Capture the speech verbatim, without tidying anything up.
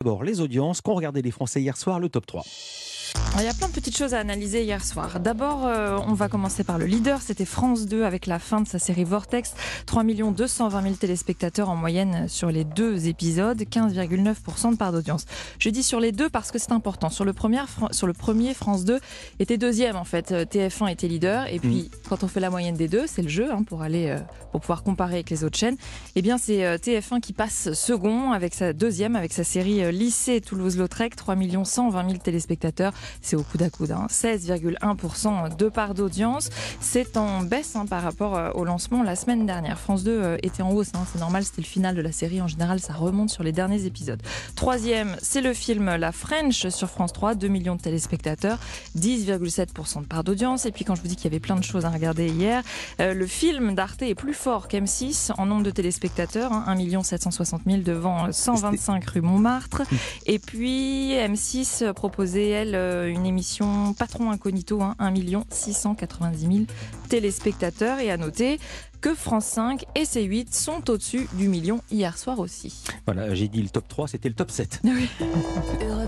D'abord, les audiences qu'ont regardé les Français hier soir, le top trois. Il y a plein de petites choses à analyser hier soir. D'abord, euh, on va commencer par le leader. C'était France deux avec la fin de sa série Vortex. trois millions deux cent vingt mille téléspectateurs en moyenne sur les deux épisodes, quinze virgule neuf pour cent de part d'audience. Je dis sur les deux parce que c'est important. Sur le premier, sur le premier France deux était deuxième en fait. T F un était leader. Et puis, mmh. quand on fait la moyenne des deux, c'est le jeu hein, pour aller, euh, pour pouvoir comparer avec les autres chaînes. Eh bien, c'est euh, T F un qui passe second avec sa deuxième, avec sa série euh, Lycée Toulouse-Lautrec, trois millions cent vingt mille téléspectateurs. C'est au coude à coude, hein. seize virgule un pour cent de part d'audience. C'est en baisse hein, par rapport euh, au lancement la semaine dernière. France deux euh, était en hausse, hein, c'est normal, c'était le final de la série. En général, ça remonte sur les derniers épisodes. Troisième, c'est le film La French sur France trois, deux millions de téléspectateurs, dix virgule sept pour cent de part d'audience. Et puis quand je vous dis qu'il y avait plein de choses à regarder hier, euh, le film d'Arte est plus fort qu'M six en nombre de téléspectateurs, hein, un million sept cent soixante mille devant cent vingt-cinq rue Montmartre. Et puis M six proposait, elle, une émission Patron Incognito, hein, un million six cent quatre-vingt-dix mille téléspectateurs. Et à noter que France cinq et C huit sont au-dessus du million hier soir aussi. Voilà, j'ai dit le top trois, c'était le top sept. Oui.